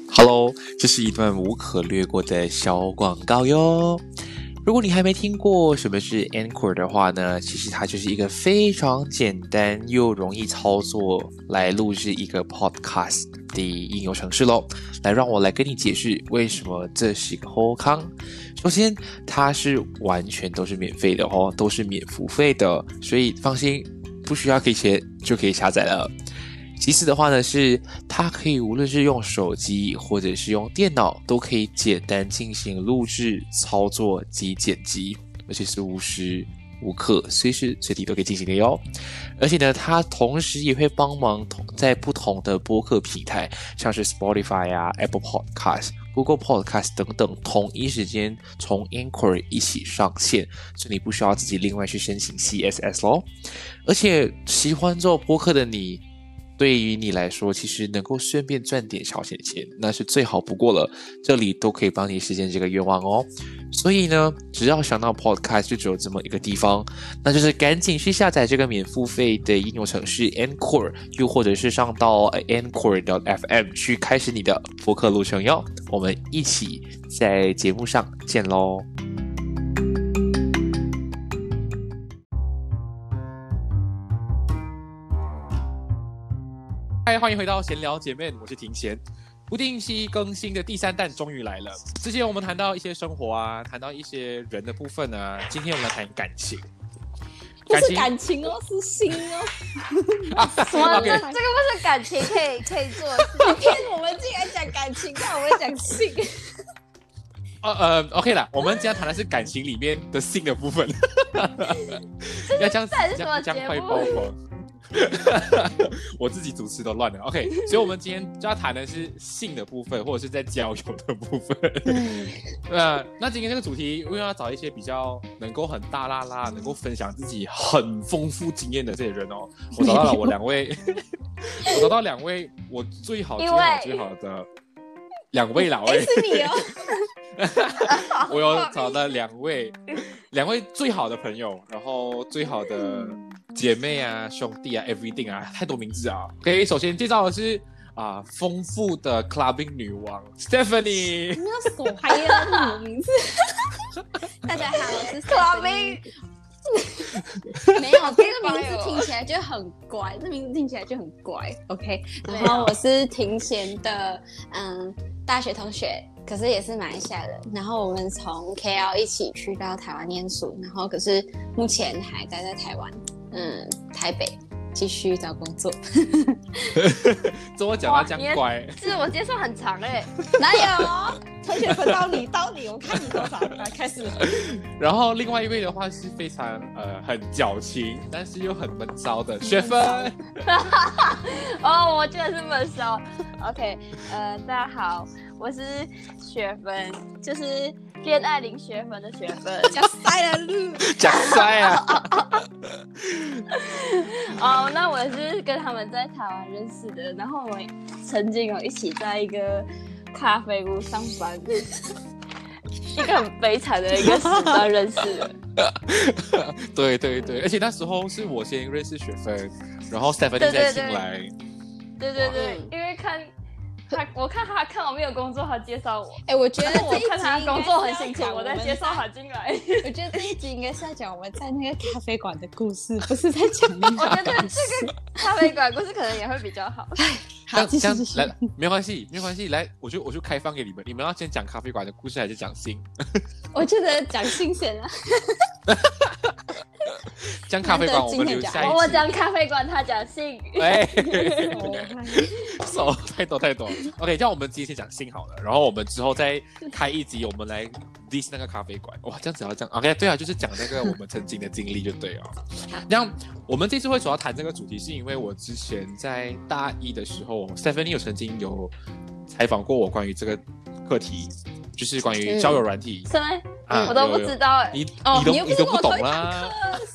Hello， 这是一段无可略过的小广告哟。如果你还没听过什么是 Anchor 的话呢，其实它就是一个非常简单又容易操作来录制一个 podcast 的应用程式咯。来，让我来跟你解释为什么这是一个好康。首先，它是完全都是免费的哦，都是免付费的，所以放心，不需要给钱就可以下载了。其次的话呢，是它可以无论是用手机或者是用电脑，都可以简单进行录制、操作及剪辑，而且是无时无刻、随时随地都可以进行的哟。而且呢，它同时也会帮忙在不同的播客平台，像是 Spotify 啊、Apple Podcast、Google Podcast 等等，同一时间从 Anchor 一起上线，所以你不需要自己另外去申请 CSS 咯。而且喜欢做播客的你，对于你来说，其实能够顺便赚点小钱钱，那是最好不过了。这里都可以帮你实现这个愿望哦。所以呢，只要想到 podcast 就只有这么一个地方，那就是赶紧去下载这个免付费的应用程式 Anchor， 又或者是上到 Anchor.fm 去开始你的播客路程哟。我们一起在节目上见咯。嗨，欢迎回到闲聊姐妹，我是庭贤。不定期更新的第3弹终于来了。之前我们谈到一些生活啊，谈到一些人的部分啊，今天我们来谈感情。 不是感情哦，是心哦。 什么？ Okay. 这个不是感情可以做的事情。 今天我们竟然讲感情，但我们讲性。 OK 啦，我们今天谈的是感情里面的性的部分。要这样快包括。我自己主持都乱了 ，OK， 所以我们今天就要谈的是性的部分，或者是在交友的部分。那今天这个主题，因为要找一些比较能够很大啦啦，能够分享自己很丰富经验的这些人哦。我找到了我2位，我找到2位我最好的2位老位， 是你哦。 我有找到2位最好的朋友，然后最好的姐妹啊、兄弟啊 ，everything 啊，太多名字啊。OK， 首先介绍的是丰富的 clubbing 女王 Stephanie。 你要手还要你名字？大家好，我是 clubbing。没有，这个名字听起来就很乖，这名字听起来就很乖。OK， 然后我是庭贤的大学同学。可是也是马来西亚人，然后我们从 KL 一起去到台湾念书，然后可是目前还待在台湾，台北继续找工作。 怎么讲到这样乖？ 自我介绍很长哎， 哪有？同学分到你，我看你多少，来开始。 然后另外一位的话是非常很矫情，但是又很闷骚的学分。 哦，我居然是闷骚。OK， 大家好。我是学分，就是恋爱零学分的学分， 加塞了路， 加塞啊！ 哦，那我是跟他们在台湾认识的，然后我们曾经有一起在一个咖啡屋上班，一个很悲惨的一个时段认识的。 对对对，而且那时候是我先认识学分，然后 Stephanie 再进来。 对对对，因为我看他看我没有工作，他介绍我。 我觉得我看他工作很辛苦，我在介绍他进来。 我觉得这一集应该是要讲我们在那个咖啡馆的故事，不是在讲恋爱。 我觉得这个咖啡馆故事可能也会比较好。 好，继续。 来，没关系，来，我就开放给你们，你们要先讲咖啡馆的故事还是讲性？ 我觉得讲性先啊。 讲咖啡馆我们留下一集。 我讲咖啡馆，他讲性。 太多。OK， 这样我们今天先讲性好了，然后我们之后再开一集，我们来 diss 那个咖啡馆。哇，这样子要这样 OK， 对啊，就是讲那个我们曾经的经历就对了。这样我们这次会主要谈这个主题，是因为我之前在大一的时候 ，Stephanie 曾经有采访过我关于这个课题。就是关于交友软体， 是吗？我都不知道哎， 你都不懂啦。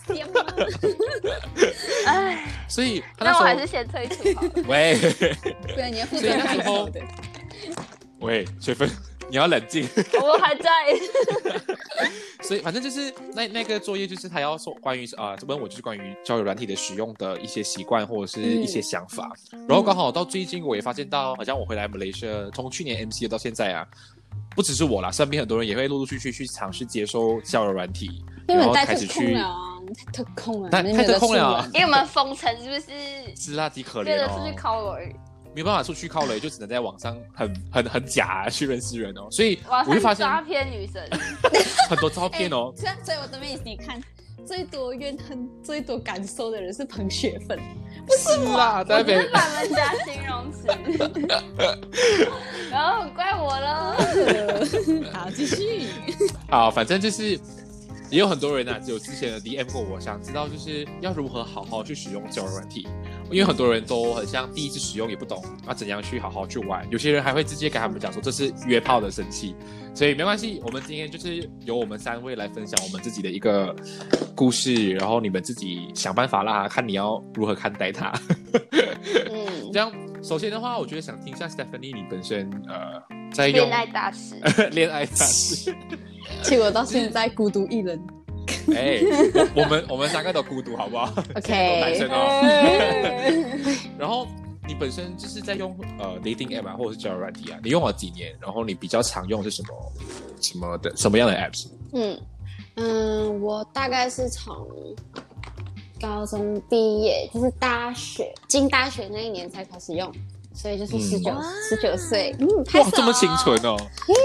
哎，所以那我还是先退出好了。 喂， 对，你要负责开头的。 喂，学分， 你要冷静。 我还在。 所以反正就是那个作业，就是他要说关于问我就是关于交友软体的使用的一些习惯或者是一些想法。然后刚好到最近我也发现到，好像我回来马来西亚，从去年 MC 到现在啊，不只是我啦，身边很多人也会陆陆续续去尝试接受交友软体，然后开始去。 太特空了， 太特空了， 因为我们封城是不是？ 是啊，极可怜哦。 为了出去靠雷， 没有办法出去靠雷，就只能在网上很假去认识人哦。所以我就发现诈骗女生很多照片哦。 所以我这边你看，最多怨恨、最多感受的人是彭雪粉，不是我啊，在那边我是把人家形容词，然后很怪我了。 好，继续。 好，反正就是。也有很多人有之前的 DM 过我，想知道就是要如何好好去使用交友软体，因为很多人都很像第一次使用也不懂要怎样去好好去玩，有些人还会直接跟他们讲说这是约炮的神器，所以没关系，我们今天就是由我们3位来分享我们自己的一个故事，然后你们自己想办法啦，看你要如何看待它。这样首先的话，我觉得想听一下 Stephanie 你本身在用恋爱大师， 恋爱大师。 结果到现在孤独一人。 我们3个都孤独，好不好 ？OK， 都单身哦。然后你本身就是在用dating app 啊，或者是交友软体啊，你用了几年？然后你比较常用的是什么样的 apps？ 我大概是从高中毕业，就是进大学那一年才开始用，所以就是19岁， 哇，这么清纯哦。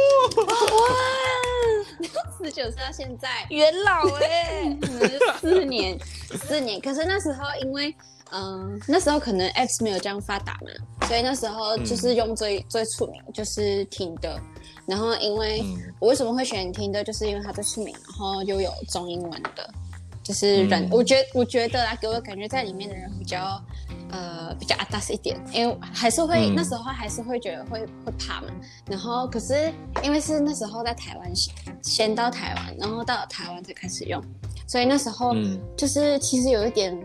19岁到现在， 元老 4年。可是那时候因为，那时候可能 apps 没有这样发达嘛，所以那时候就是用最出名就是Tinder。然后因为我为什么会选Tinder，就是因为它最出名，然后又有中英文的，就是人，我觉得啦，给我的感觉在里面的人比较阿达斯一点，因为还是会、那时候还是会觉得会怕嘛。然后可是因为是那时候在台湾先到台湾，然后到了台湾才开始用，所以那时候就是其实有一点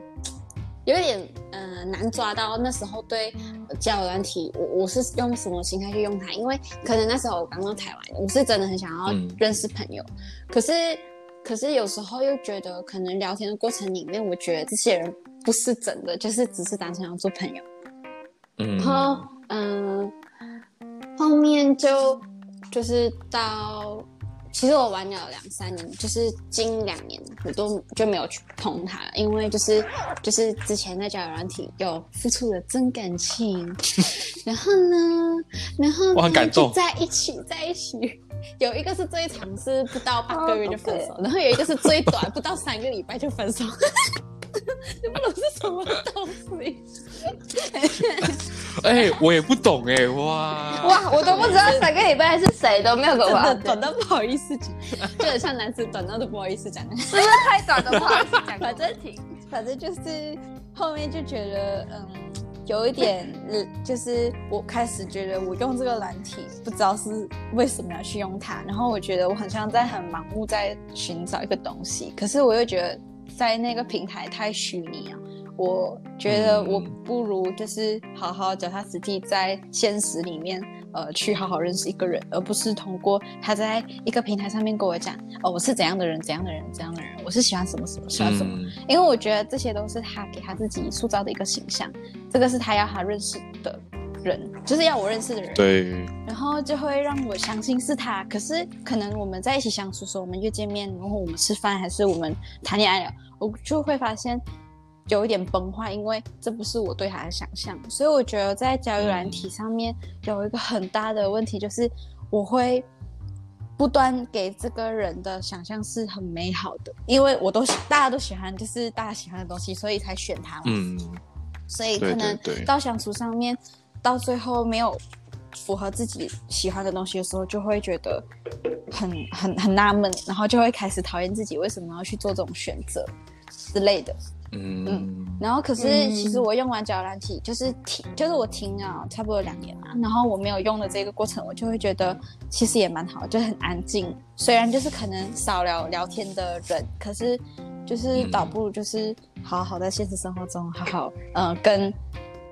难抓到那时候对交友软体我是用什么心态去用它，因为可能那时候我刚到台湾，我是真的很想要认识朋友，可是有时候又觉得可能聊天的过程里面，我觉得这些人不是真的，就是只是单纯要做朋友。然后后面就是到，其实我玩了2-3年，就是近2年我就没有去碰它了，因为就是之前在交友软体有付出了真感情，然后我很感动， 在一起。有一个是最长是不到8个月就分手，然后有一个是最短不到3个礼拜就分手。你不懂是什么东西？ 我也不懂哇， 我都不知道3个礼拜是谁，都没有给我短到不好意思讲，就很像男生短到都不好意思讲， 是不是太短了不好意思讲？ 反正就是后面就觉得有一点就是我开始觉得我用这个软体不知道是为什么要去用它，然后我觉得我很像在很盲目在寻找一个东西，可是我又觉得在那个平台太虚拟了，我觉得我不如就是好好脚踏实地在现实里面去好好认识一个人，而不是通过他在一个平台上面跟我讲我是怎样的人，我是喜欢什么喜欢什么，因为我觉得这些都是他给他自己塑造的一个形象，这个是他要他认识的人，就是要我认识的人， 对， 然后就会让我相信是他，可是可能我们在一起相处的时候，我们约见面，然后我们吃饭还是我们谈恋爱了，我就会发现有一点崩坏，因为这不是我对他的想象，所以我觉得在交友软体上面有一个很大的问题，就是我会不断给这个人的想象是很美好的，因为大家都喜欢，就是大家喜欢的东西，所以才选他嘛。所以可能到相处上面，到最后没有符合自己喜欢的东西的时候，就会觉得很纳闷，然后就会开始讨厌自己为什么要去做这种选择之类的。然后可是其实我用完交友软体就是我停了差不多2年嘛，然后我没有用的这个过程，我就会觉得其实也蛮好，就很安静，虽然就是可能少聊天的人，可是就是倒不如就是好好在现实生活中好好跟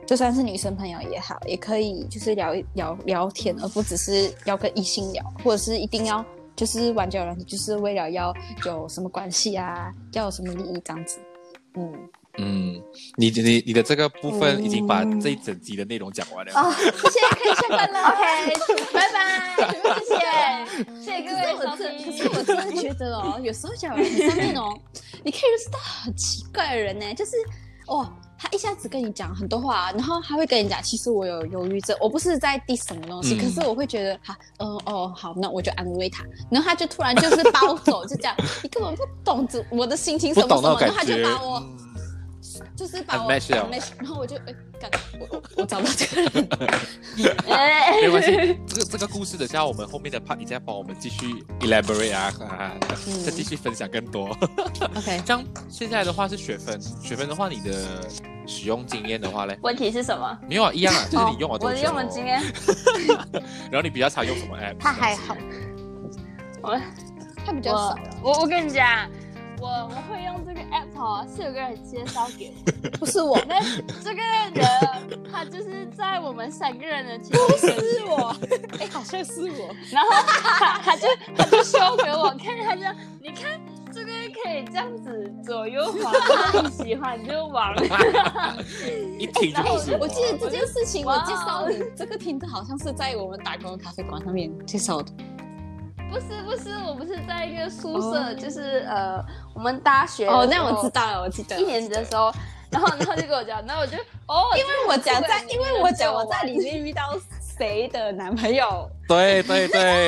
就算是女生朋友也好，也可以就是聊天，而不只是要跟异性聊，或者是一定要就是玩交友软体，就是为了要有什么关系啊，要有什么利益这样子。 你的这个部分已经把这一整集的内容讲完了。 谢谢，可以下班了。 OK， 拜拜，谢谢各位收听。 可是我真的觉得有时候交友软体上面你可以认识到很奇怪的人呢，就是他一下子跟你讲很多话，然后他会跟你讲，其实我有忧郁症，我不是在 diss 什么东西，可是我会觉得好，那我就安慰他，然后他就突然就是包走，就这样，你根本不懂我的心情什么什么，然后他就把我。就是把我 match， 然后我就我找不到这个人， 没关系，这个故事等下我们后面的 part 你再帮我们继续 elaborate 再继续分享更多。 OK， 这样现在的话是学分的话，你的使用经验的话嘞？ 问题是什么？ 没有一样就是你用了多久？ 我用的经验。 然后你比较常用什么 app？ 他还好，他比较少。 我跟你讲。我会用这个 app 是有个人介绍给我， 不是我。 那这个人他就是在我们3个人的前面， 不是我，好像是我。 然后他就秀给我看，他就你看这个可以这样子左右滑，你喜欢就往。 一听就是我记得这件事情，我介绍你这个听的好像是在我们打工的咖啡馆上面介绍的。 不是，我不是在一个宿舍，就是我们大学那我知道了，我记得 1年级的时候，然后就跟我讲，然后我就因为我讲我在里面遇到谁的男朋友， 对， 对，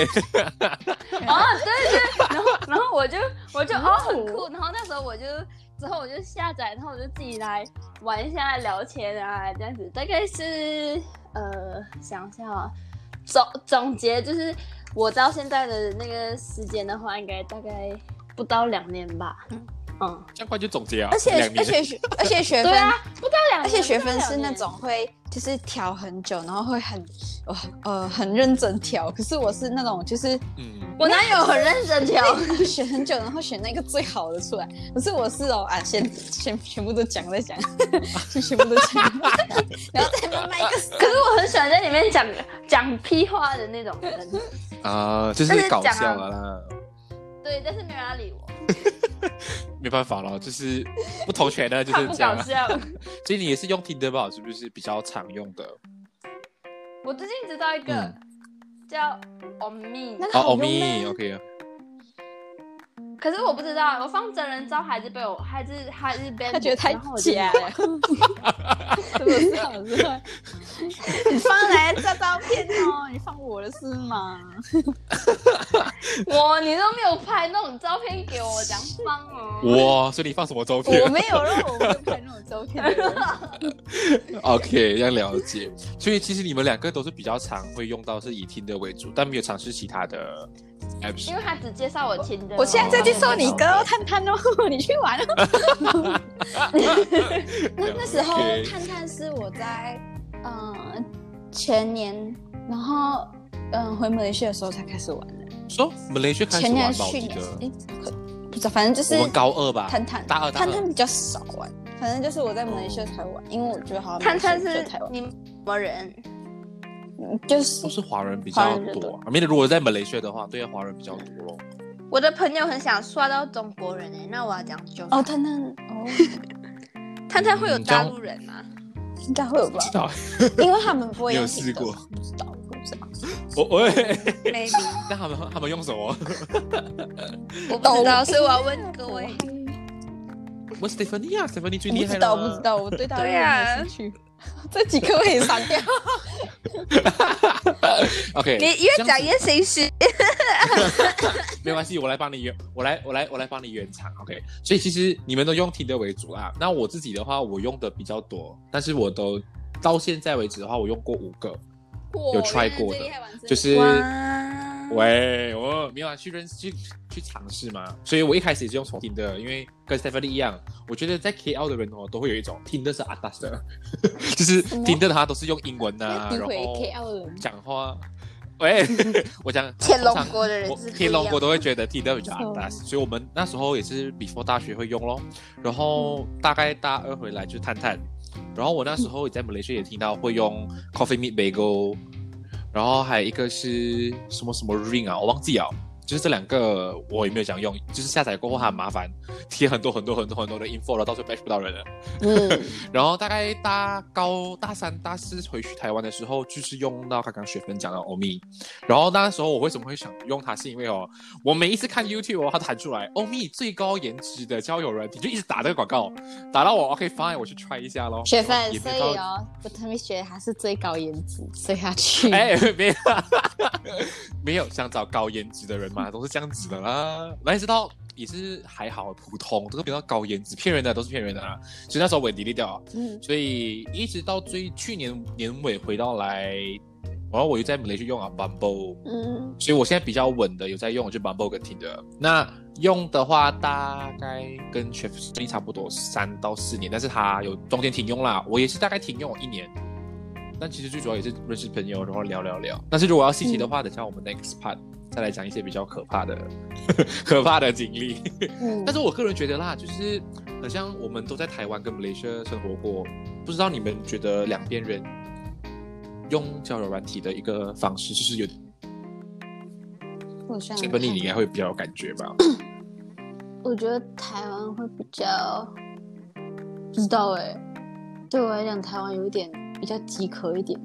然后我就很酷，然后那时候之后我就下载，然后我就自己来玩一下聊天啊，这样子，大概是想一下啊，总结就是。我到现在的那个时间的话，应该大概不到2年吧。 这样快就总结啊！ 而且学分对啊，不到2年， 而且学分是那种会就是调很久，然后会很认真调。可是我是那种就是我哪有很认真调， 选很久，然后选那个最好的出来。可是我是先全部都讲再讲，先全部都讲，然后再慢慢一个。 可是我很喜欢在里面讲屁话的那种人就是搞笑了啦。 对，但是没有人理我。 没办法了，就是不投钱的就是这样。 不搞笑。 所以你也是用 Tinder 吧？是不是比较常用的？ 我最近知道一个叫 Omi， 那个好用吗 ？OK。 可是我不知道，我放真人照还是被他觉得太假了，是不是好帅？你放来这照片你放我的是吗？ 你都没有拍那种照片给我，讲放哇，所以你放什么照片？ 我没有拍那种照片的。 OK， 要了解。所以其实你们2个都是比较常会用到是以Tinder为主，但没有尝试其他的。 因为他只介绍我Tinder， 我现在在介绍你哥探探你去玩那时候探探是我在前年，然后回马来西亚的时候才开始玩的。 说马来西亚开始玩吧？我记得不知道，反正就是我们高2吧。 探探比较少玩，反正就是我在马来西亚才玩，因为我觉得好像探探是你们什么人？ 就是都是华人比较多。如果在马来西亚的话，对，华人比较多咯。 我的朋友很想刷到中国人那我要讲就探探会有大陆人吗？ 应该会有吧？ 不知道， 因为他们不会用。 有试过？ 不知道。 Maybe。 那他们用什么？ 我不知道，所以我要问各位。 我 Stephanie 最厉害了。 我不知道，我对他没有兴趣。这几个可以删掉。 OK， 你越讲越心虚。 没关系，我来帮你圆场。OK， 所以其实你们都用 Tinder 为主啦。那我自己的话，我用的比较多，但是我都到现在为止的话，我用过5个，有 try 过的，就是我没有去尝试嘛，所以我一开始也是用Tinder，因为跟 Stephanie 一样，我觉得在 KL 的人都会有一种 Tinder 是 atas 的，就是 Tinder 的话都是用英文然后讲话。我讲天龙国的人天龙国都会觉得 Tinder 比较 atas，所以我们那时候也是 before 大学会用咯，然后大概大2回来就探探， 然后我那时候也在马来西亚也听到会用 Coffee Meet Bagel， 然后还有一个是什么什么 Ring 啊，我忘记了。就是这两个我也没有讲用，就是下载过后它很麻烦，贴很多的 info， 然后到时候 match 不到人了。然后大概大三大四回去台湾的时候，就是用到刚刚学分讲的欧米。然后那时候我为什么会想用它，是因为我每一次看 YouTube 它都弹出来欧米最高颜值的交友软体，就一直打这个广告，打到我 OK fine， 我去 try 一下咯。 学分，所以我特别觉得它是最高颜值，所以他去。 没有想找高颜值的人嘛，都是这样子的啦。哪知道也是还好普通，这个比较高颜值，骗人的都是骗人的啦。所以那时候我也 delete 掉了。所以一直到去年年尾回到来，然后我又在马来西亚用了 Bumble，所以我现在比较稳的有在用，就 Bumble 跟 Tinder。那用的话大概跟 Chef 差不多3到4年，但是它有中间停用啦，我也是大概停用1年。但其实最主要也是认识朋友，然后聊。但是如果要细节的话，等下我们 next part 再来讲一些比较可怕的经历。但是我个人觉得啦，就是好像我们都在台湾跟马来西亚生活过，不知道你们觉得两边人用交友软体的一个方式，就是有这份你应该会比较有感觉吧？ 我觉得台湾会比较不知道对我来讲，台湾有一点比较饥渴一点。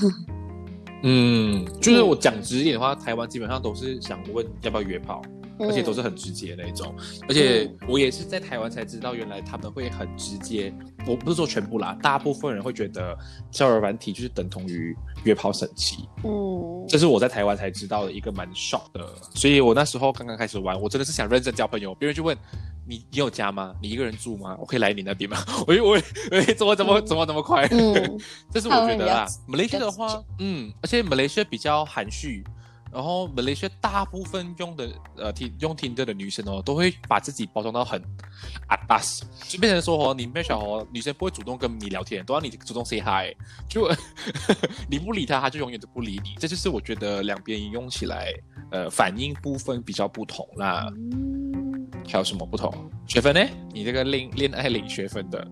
就是我讲直一点的话，台湾基本上都是想问要不要约炮，而且都是很直接的那种。而且我也是在台湾才知道，原来他们会很直接。我不是说全部啦，大部分人会觉得交友软体就是等同于约炮神器。这是我在台湾才知道的一个蛮 shock 的。所以我那时候刚刚开始玩，我真的是想认真交朋友。别人就问你有家吗？你一个人住吗？我可以来你那边吗？我怎么快？这是我觉得啦。马来西亚的话，而且马来西亚比较含蓄。然后马来西亚大部分用 Tinder 的女生都会把自己包装到很 atas， 就变成说你 match 女生不会主动跟你聊天，都要你主动 say hi， 就你不理她就永远都不理你。这就是我觉得两边用起来反应部分比较不同啦。还有什么不同？学分呢？你这个恋爱领学分的，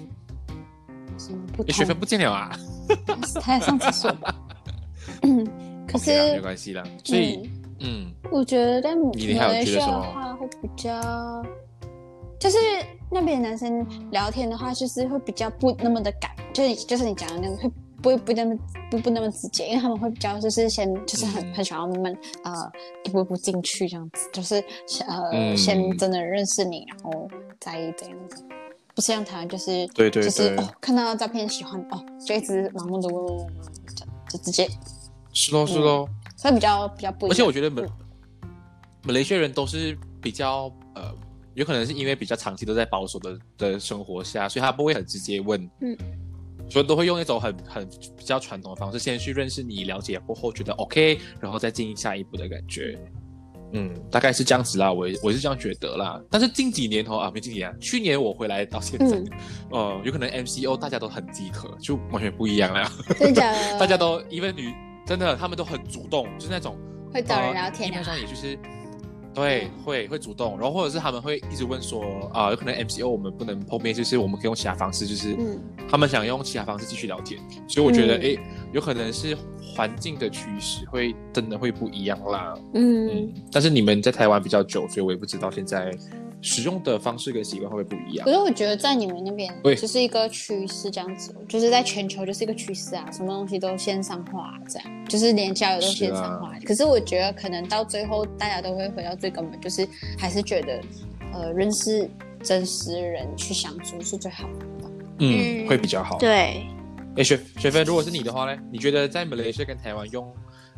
你学分不见了啊？ 他在上厕所吧。可是、 okay 没关系啦，所以我觉得在马来西亚的话会比较，就是那边的男生聊天的话，就是会比较不那么的赶，就是你讲的那个会不那么直接，因为他们会比较就是先就是很喜欢慢慢一步一步进去这样子，就是先真的認識你，然後再這樣子，不是像台灣就是對就是看到照片喜歡就一直盲目的問就直接是咯， 所以比較不一樣。 而且我覺得馬來西亞人都是比較有可能是因為比較長期都在保守的生活下，所以他不會很直接問，所以都會用那種很比較傳統的方式，先去認識你，了解過後覺得 OK， 然後再進行下一步的感覺。大概是這樣子啦，我是這樣覺得啦。但是近幾年沒近幾年，去年我回來到現在，有可能 MCO 大家都很飢渴，就完全不一樣了。 真的假的？ 大家都因為真的他們都很主動，就是那種會找人聊天， 基本上也就是對會主動，然後或者是他們會一直問說有可能 MCO 我們不能碰面，就是我們可以用其他方式，就是他們想用其他方式繼續聊天。所以我覺得有可能是環境的趨勢會真的會不一樣啦。但是你們在台灣比較久，所以我也不知道現在使用的方式跟習慣會不會不一樣。 可是我覺得在你們那邊就是一個趨勢，這樣子，就是在全球就是一個趨勢啊，什麼東西都線上化，這樣就是連交友都線上化。可是我覺得可能到最後大家都會回到最根本，就是還是覺得認識真實的人去相處是最好的。 會比較好。 對。 學芬，如果是你的話呢？你覺得在馬來西亞跟台灣用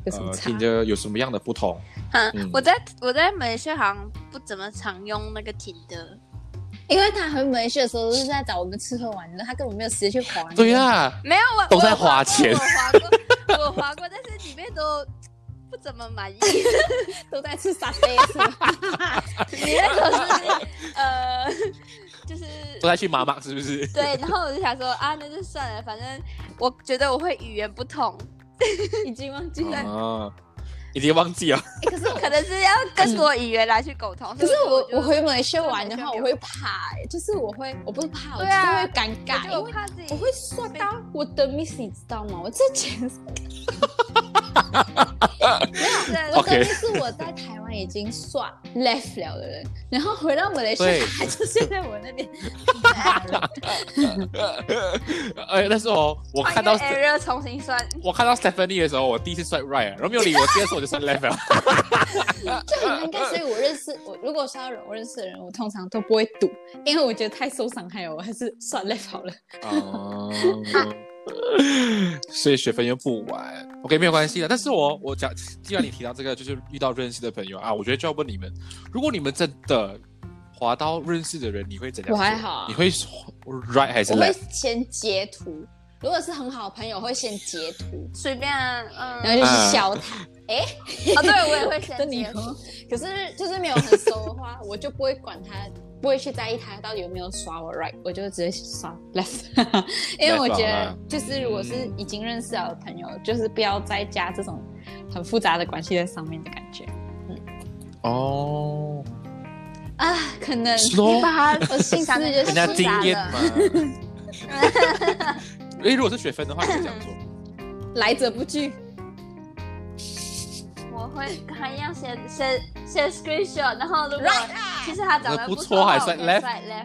Tinder 有什麼樣的不同？ 我在馬來西亞好像不怎麼常用那個 Tinder， 因為他回馬來西亞的時候都是在找我們吃喝玩樂，他根本沒有時間去滑。 對啊， 沒有都在花錢。 我滑過，但是裡面都不怎麼滿意， 都在吃沙爹是嗎？ 裡面都是就是都在去媽媽是不是？ 對，然後我就想說那就算了，反正我覺得我會語言不通， 已經忘記了。 已经忘记了。 可是可能是要更多语言来去沟通。 可是我回马来西亚玩的话，我会怕就是我不是怕，我就是会尴尬，因为我会刷到我的 miss， 你知道吗？我之前没有，我的 miss 是我在台湾已经刷 left 了的人，然后回到马来西亚还出现在我那边。 但是我看到 error 重新算， 我看到 Stephanie 的时候，我第一次算 right， 然后没有理我，第二次我就算 left 了。 就很尴尬，所以我如果刷到我认识的人，我通常都不会赌，因为我觉得太受伤害了，我还是算 left 好了。 所以学分又不玩 ，OK 没有关系的。但是我讲，既然你提到这个，就是遇到认识的朋友啊，我觉得就要问你们，如果你们真的滑到认识的人，你会怎样做？ 我还好你会 right 还是 left？ 我会先截图，如果是很好的朋友，会先截图， 随便， 然后就是笑他。 对，我也会先截图。 可是就是没有很熟的话，我就不会管他，不会去在意他到底有没有刷我 right， 我就直接刷 left。因为我觉得，就是如果是已经认识了的朋友，就是不要再加这种很复杂的关系在上面的感觉。可能你把他我心思就是人家经验嘛。如果是学分的话，你会这样做？ 来者不拒。 我会跟他一样先 screenshot， 然后如果其实他长得不错，还算 left。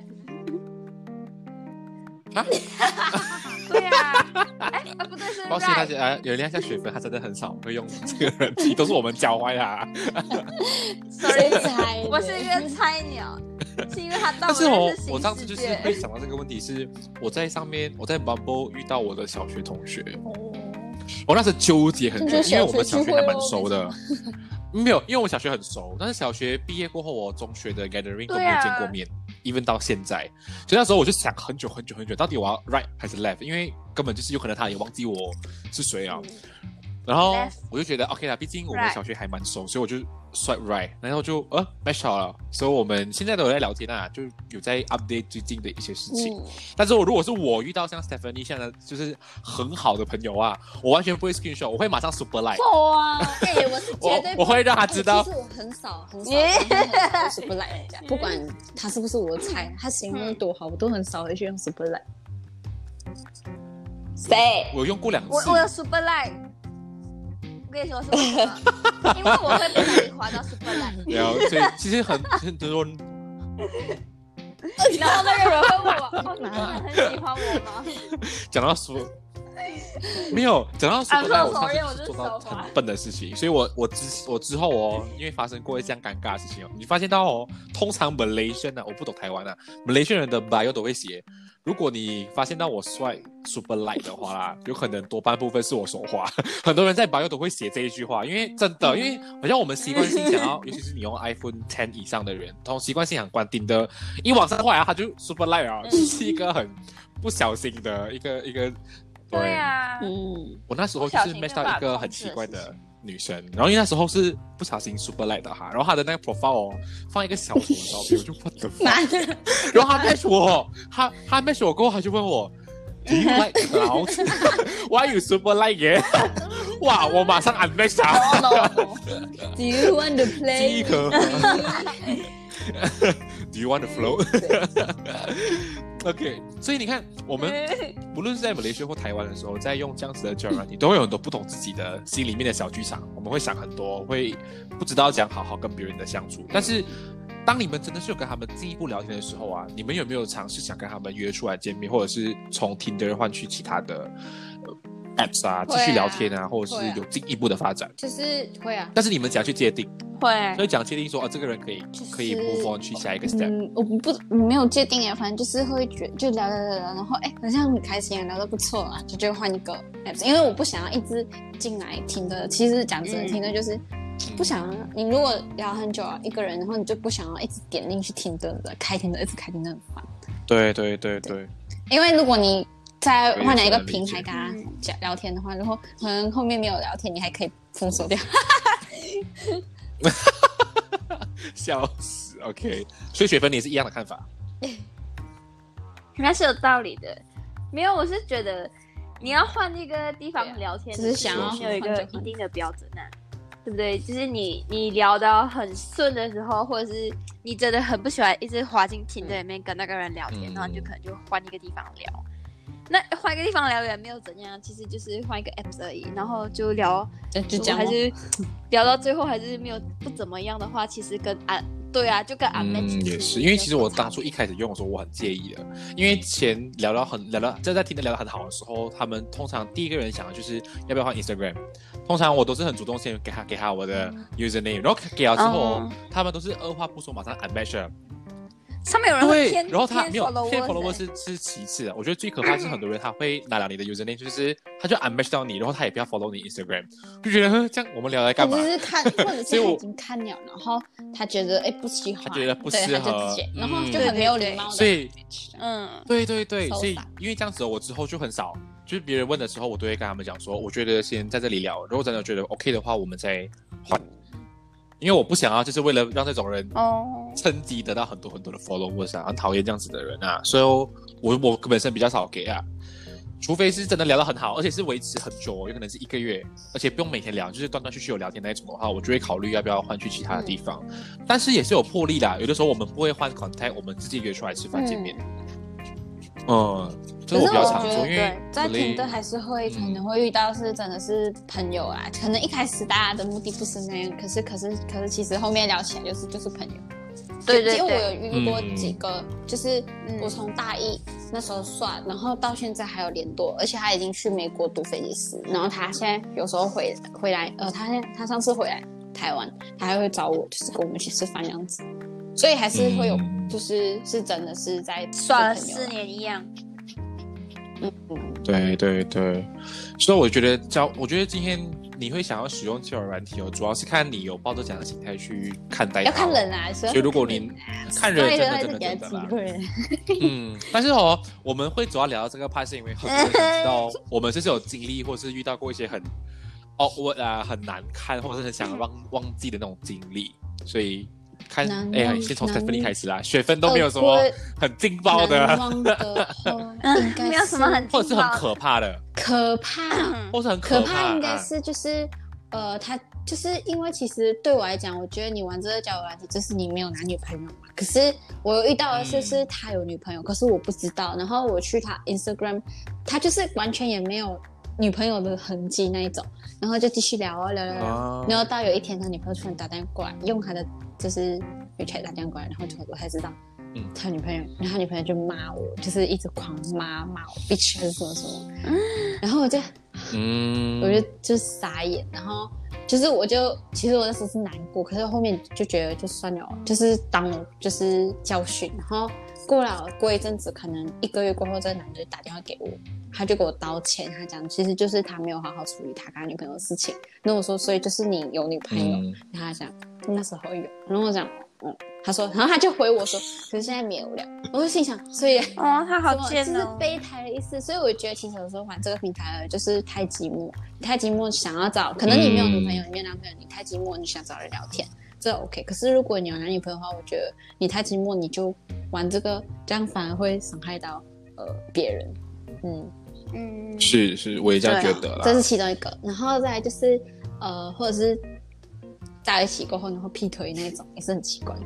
对啊，不对，是抱歉大家，原谅一下学分，他真的很少会用这个人体，都是我们教坏他。 Sorry， 我是一个菜鸟，是因为他到了但是我上次就是会想到这个问题，是我在Bumble 遇到我的小学同学。我那时纠结很久，因为我们小学还蛮熟的。没有，因为我小学很熟，但是小学毕业过后，我中学的 gathering 都没有见过面，even 到现在。所以那时候我就想很久，到底我要 right 还是 left？ 因为根本就是有可能他也忘记我是谁啊。然后我就觉得 OK 啦，毕竟我们小学还蛮熟，所以我就 swipe right， 然后就match 好了。所以我们现在都有在聊天啊，就有在 update 最近的一些事情。但是如果是我遇到像 Stephanie 这样的就是很好的朋友啊，我完全不会 screenshot， 我会马上 super like。 哇，我是绝对我会让他知道。 其实我很少 super like 人家，不管他是不是我的菜，他形容多好，我都很少会去用 super like。谁？ 我用过2次。 我有 super like。我跟你说是为什么？因为我会不小心滑到 super like。 然后所以其实很多人。 然后那个人会问我，你很喜欢我吗？ 讲到说，没有讲到 super like， 我上次做到很笨的事情，所以我之后因为发生过这样尴尬的事情你发现到通常 Malaysian 我不懂台湾Malaysian 人的 bio 都会写。如果你发现到我帅 super like 的话啦，有可能多半部分是我手滑。很多人在 bio 都会写这一句话，因为真的，因为好像我们习惯性想要，尤其是你用 iPhone 10以上的人，习惯性想关钉的，一往上画他就 super like 是一个很不小心的一个。 对啊， 我那时候就是 match 到一个很奇怪的女生，然后因为那时候是不小心 super like 的哈，然后她的那个 profile 放一个小丑的照片，我就 what the fuck， 然后她 match 我，她 match 我过后，她就问我 Do you like clouds? Why you super like it? 哇，我马上 unmatch 她。 Do you want to play? 第一颗。Do you want to flow? OK， 所以你看，我们不论是在马来西亚或台湾的时候，在用这样子的交友软体，都会有很多不同自己的心里面的小剧场。我们会想很多，会不知道讲好好跟别人的相处。但是，当你们真的是有跟他们进一步聊天的时候啊，你们有没有尝试想跟他们约出来见面，或者是从 Tinder 换去其他的apps 啊，继续聊天啊，或者是有进一步的发展？ 就是会啊。 但是你们怎样去界定？ 会， 所以讲界定说这个人可以 move on 去下一个 step。 我没有界定耶，反正就是会就聊，然后好像很开心，聊得不错啊，就换一个 app， 因为我不想要一直进来听的。其实讲真的，听的就是不想要你如果聊很久啊一个人，然后你就不想要一直点进去听的，开听的一直开听的很烦。对。因为如果你再换了一个平台跟他聊天的话，然后可能后面没有聊天，你还可以封锁掉。 笑死 ，OK， 所以雪芬你也是一样的看法， 应该是有道理的。没有，我是觉得你要换一个地方聊天， 只是想要有一个一定的标准对不对？就是你聊到很顺的时候，或者是你真的很不喜欢一直滑进Tinder里面跟那个人聊天，然后你就可能就换一个地方聊。那换一个地方聊也没有怎样，其实就是换一个 app 而已，然后就聊， 就这样还是聊到最后还是没有不怎么样的话，其实跟对啊，就跟也是，因为其实我当初一开始用的时候，我很介意的，因为前聊到就在听的聊得很好的时候，他们通常第一个人想的就是要不要换 Instagram， 通常我都是很主动先给他我的 username， 然后给了之后，他们都是二话不说马上 unmatch 了。 上面有人会然后他没有骗 follower follower 是其次的，我觉得最可怕是很多人他会拿了你的 username， 就是他就 unmatch 到你，然后他也不要 follow 你 Instagram， 就觉得这样我们聊来干嘛？ 或者是他已经看了，然后他觉得不喜欢， 他觉得不适合， 然后就很没有礼貌的， 所以对， 所以因为这样子我之后就很少，就是别人问的时候，我都会跟他们讲说，我觉得先在这里聊，如果真的觉得 OK 的话，我们再换。因为我不想要，就是为了让这种人趁机得到很多很多的 followers 啊，很讨厌这样子的人啊，所以我本身比较少给啊，除非是真的聊得很好，而且是维持很久，有可能是1个月，而且不用每天聊，就是断断续续有聊天那一种的话，我就会考虑要不要换去其他的地方，但是也是有魄力啦，有的时候我们不会换 contact， 我们直接约出来吃饭见面，这是我比较常做，因为在Tinder还是可能会遇到是真的是朋友啊，可能一开始大家的目的不是那样，可是其实后面聊起来就是朋友。 对， 因为我有遇过几个，就是我从大一那时候算，然后到现在还有联络，而且他已经去美国读飞机师，然后他现在有时候回来，他上次回来台湾，他还会找我，就是跟我们一起吃饭这样子，所以还是会有，就是真的是在耍了4年一样。 对，所以我觉得今天你会想要使用交友软体主要是看你有抱着这样的心态去看待它， 要看人啊， 所以如果你看人真的啦，但是我们会主要聊到这个 part 是因为很多人知道我们就是有经历或是遇到过一些很awkward很难看或者是很想忘记的那种经历，所以看先从 Stephanie 开始啦，学分都没有什么很劲爆的， 没有什么很或者是很可怕的，或是很可怕应该是就是他就是因为其实对我来讲，我觉得你玩这个交友软体就是你没有男女朋友嘛，可是我有遇到的是他有女朋友，可是我不知道，然后我去他 Instagram， 他就是完全也没有女朋友的痕迹那一种，然后就继续聊，然后到有一天他女朋友突然打电话过来，用他的就是WeChat打电话过来，然后我才知道他女朋友，然后他女朋友就骂我，就是一直狂骂我 bitch 还是什么什么，然后我就傻眼，然后就是其实我那时候是难过，可是后面就觉得就算了，就是当我就是教训，然后过一阵子，可能1个月过后，这个男的就打电话给我，他就给我道歉，他讲其实就是他没有好好处理他跟他女朋友的事情。那我说，所以就是你有女朋友？然后他讲那时候有，然后我讲他说，然后他就回我说，可是现在没有了。我就心想，所以他好贱哦， 就是备胎的意思。所以我觉得其实有时候玩这个平台就是太寂寞，想要找，可能你没有女朋友，你没有男朋友，你太寂寞，你想找人聊天。这 OK， 可是如果你有男女朋友的话，我觉得你太寂寞，你就玩这样反而会伤害到别人。 是，我也这样觉得啦。 这是其中一个，然后再来就是或者是在一起过后然后劈腿那种，也是很奇怪。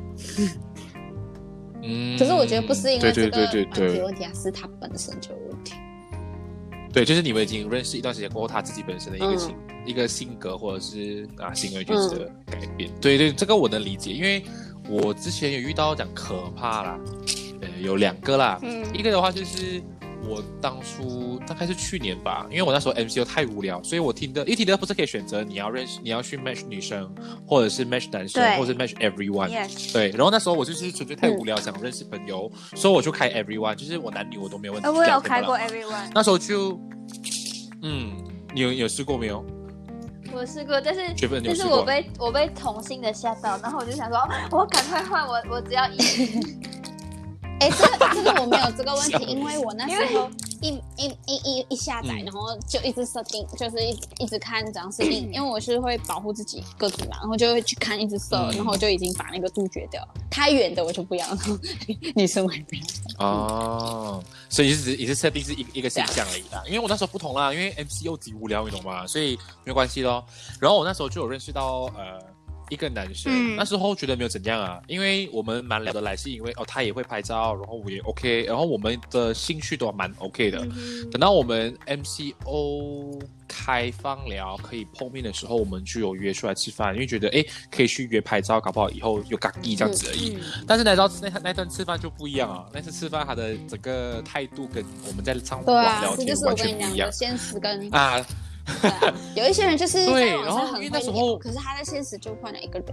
可是我觉得不是因为这个问题啊，是他本身就有问题。 对，就是你们已经认识一段时间过后，他自己本身的一个性格或者是行为举止的改变。对，这个我能理解，因为我之前有遇到讲可怕啦，有2个啦，一个的话就是我当初大概是去年吧，因为我那时候 MCO 太无聊，所以我听的不是可以选择你要去 match 女生，或者是 match 男生，或者是 match everyone。对，然后那时时候我就是纯粹太无聊，想认识朋友，所以我就开 everyone， 就是我男女我都没有问题。 我有开过 everyone， 那时候就，你有试过没有？ 我试过，但是我被同性的吓到，然后我就想说，我赶快换，我只要一。 这个我没有这个问题，因为我那时候一下载，然后就一直设定，就是一直看怎样设定，因为我是会保护自己个子嘛，然后就会去看一直设，然后我就已经把那个杜绝掉。太远的我就不要，女生我也不要。 哦，所以也是设定是一个形象而已啦。因为我那时候不同啦，因为 MCO 极无聊，你懂吗？所以没有关系咯。然后我那时候就有认识到一个男生，那时候觉得没有怎样啊，因为我们蛮聊得来，是因为他也会拍照，然后我也 OK， 然后我们的兴趣都蛮 OK 的。等到我们 MCO 开放了可以碰面的时候，我们就有约出来吃饭，因为觉得可以去约拍照，搞不好以后有港地这样子而已。但是那顿吃饭就不一样啊，那次吃饭他的整个态度跟我们在上网聊天完全不一样。 现实跟对啊，有一些人就是对，然后因为那时候， 可是他在现实就换了一个人。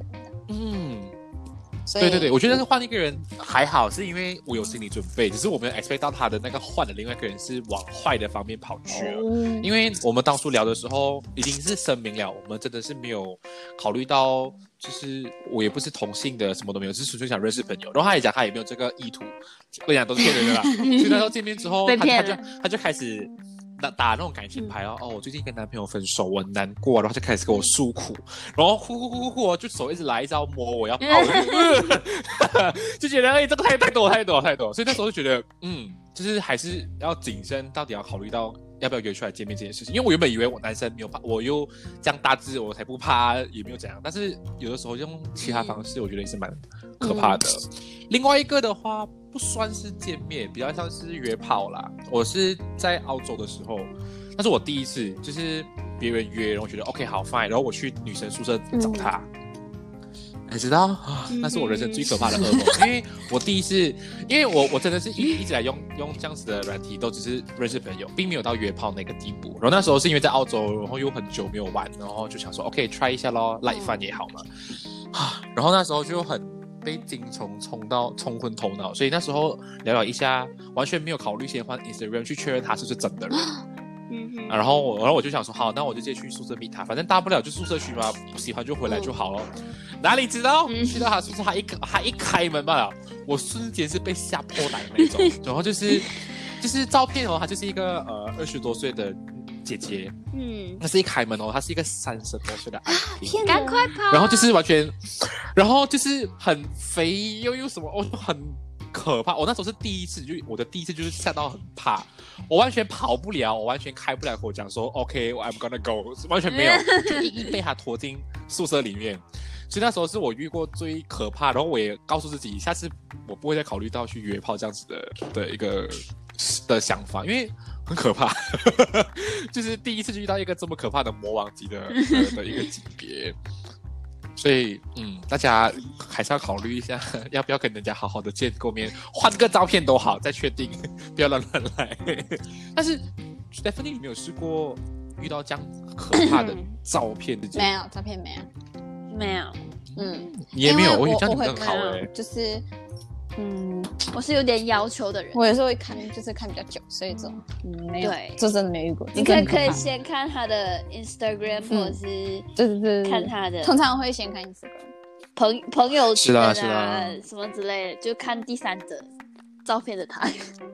对，我觉得换一个人还好，是因为我有心理准备，只是我没有 expect 到他的那个换的另外一个人是往坏的方面跑去了。因为我们当初聊的时候已经是声明了，我们真的是没有考虑到，就是我也不是同性的，什么都没有，只是纯粹想认识朋友。然后他也讲他也没有这个意图，我讲都是骗人的啦。所以那时候见面之后，他就开始。打那种感情牌我最近跟男朋友分手，我很难过，然后就开始跟我诉苦，然后哭，就手一直来一招摸我要抱就觉得这个太多，所以那时候就觉得就是还是要谨慎，到底要考虑到要不要约出来见面这件事情。因为我原本以为我男生没有怕，我又这样大致我才不怕，也没有怎样，但是有的时候用其他方式我觉得也是蛮可怕的。另外一个的话不算是见面，比较像是约炮啦。我是在澳洲的时候，那是我第一次，就是别人约，然后我觉得 OK 好 fine， 然后我去女生宿舍找他。你知道那是我人生最可怕的噩梦，因为我第一次，因为我真的是一直来用这样子的软体，都只是认识朋友，并没有到约炮那个地步。然后那时候是因为在澳洲，然后又很久没有玩，然后就想说 OK try 一下咯，赖饭也好嘛。然后那时候就很被精虫冲昏头脑，所以那时候聊一下，完全没有考虑先换 Instagram 去确认他是不是真的人。然后我就想说，好，那我就直接去宿舍 meet 他，反正大不了就宿舍区嘛，不喜欢就回来就好了。哪里知道去到他宿舍，他一开门罢了，我瞬间是被吓破胆的那种。然后就是照片他就是一个20多岁的姐姐，她是一开门她是一个30多岁的阿姨， 赶快跑！ 然后就是完全，然后就是很肥又什么，很可怕。我那时候是第一次，我的第一次就是吓到很怕，我完全跑不了，我完全开不了口讲说 OK，I'm gonna go， 完全没有，就硬被他拖进宿舍里面。所以那时候是我遇过最可怕，然后我也告诉自己，下次我不会再考虑到去约炮这样子的一个的想法，因为很可怕，就是第一次遇到一个这么可怕的魔王级的一个级别。所以大家还是要考虑一下，要不要跟人家好好的见过面，换个照片都好，再确定，不要乱来。但是 Stephanie 你没有试过遇到这样可怕的照片的？ 没有，照片没有。 你也没有，我觉得这样你很好就是我是有点要求的人， 我有时候会看，就是看比较久，所以这种没有，就真的没遇过。 你可以先看他的 Instagram，或者是对， 看他的， 通常会先看 Instagram， 朋友是啦什么之类的，就看第三者照片的他。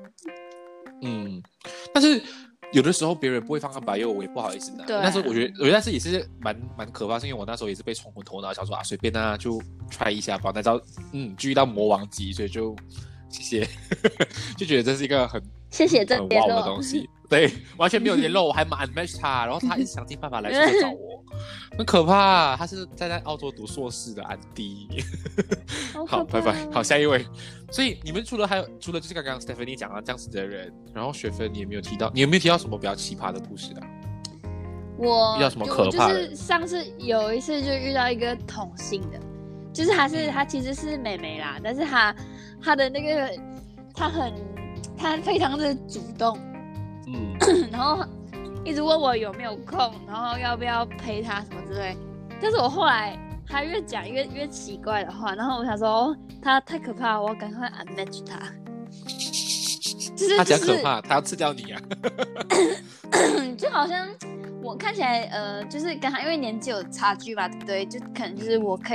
但是有的时候别人不会放在bio，我也不好意思拿。但是我觉得那次也是蛮可怕，是因为我那时候也是被冲昏头脑，想说随便就 try 一下吧。那招就遇到魔王级，所以就谢谢，就觉得这是一个很谢谢这哇的东西。对，完全没有联络，我还蛮 unmatch 他，然后他一直想尽办法来宿舍找我，很可怕。他是在澳洲读硕士的安迪。好，拜拜。好，下一位。所以你们除了就是刚刚 Stephanie 讲到这样子的人，然后学分你有没有提到什么比较奇葩的故事啊？ 我遇到什么可怕的？ 就是上次有一次就遇到一个同性的，就是他其实是妹妹啦，但是他的那个他非常的主动，然后一直问我有没有空，然后要不要陪他什么之类。但是我后来他越讲越奇怪的话，然后我想说他太可怕了，我要赶快 unmatch 他。 他讲可怕，他要吃掉你啊！ 就好像我看起来就是跟他因为年纪有差距吧，对不对？就可能就是我可以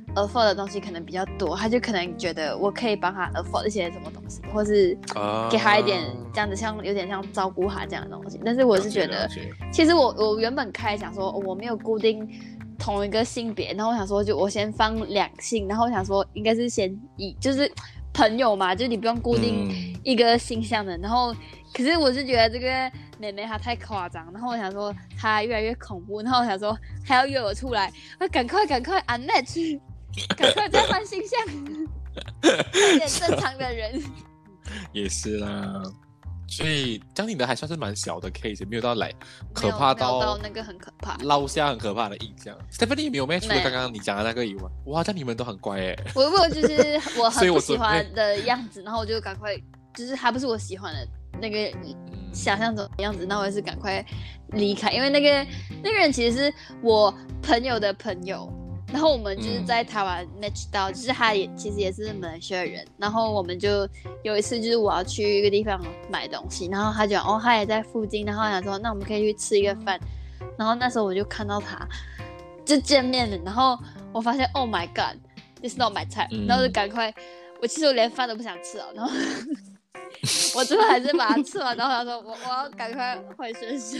afford 的东西可能比较多，他就可能觉得我可以帮他 afford 一些什么东西，或是给他一点这样子像有点像照顾他这样的东西。但是我是觉得，其实我原本开始想说我没有固定同一个性别，然后我想说就我先放两性，然后我想说应该是先以就是朋友嘛，就你不用固定一个性向的，然后可是我是觉得这个妹妹她太夸张，然后我想说她越来越恐怖，然后我想说还要约我出来，赶快 unmatch， 赶快再换性向，一点正常的人。 也是啦，所以江宁的还算是蛮小的 case， 没有到来可怕到那个很可怕， 捞下很可怕的印象。Stephanie 有没有除了刚刚你讲的那个以外，哇，这样你们都很乖耶。 我就是我很不喜欢的样子，然后我就赶快，就是他不是我喜欢的那个想象中的样子，那我也是赶快离开，因为那个人其实是我朋友的朋友。然后我们就是在台湾 match 到，就是他其实也是马来西亚人，然后我们就有一次就是我要去一个地方买东西，然后他就他也在附近，然后他想说那我们可以去吃一个饭，然后那时候我就看到他就见面了，然后我发现 Oh my God this is not my type，然后就赶快其实我连饭都不想吃了，然后我最后还是把它吃完，然后他说我要赶快回学校。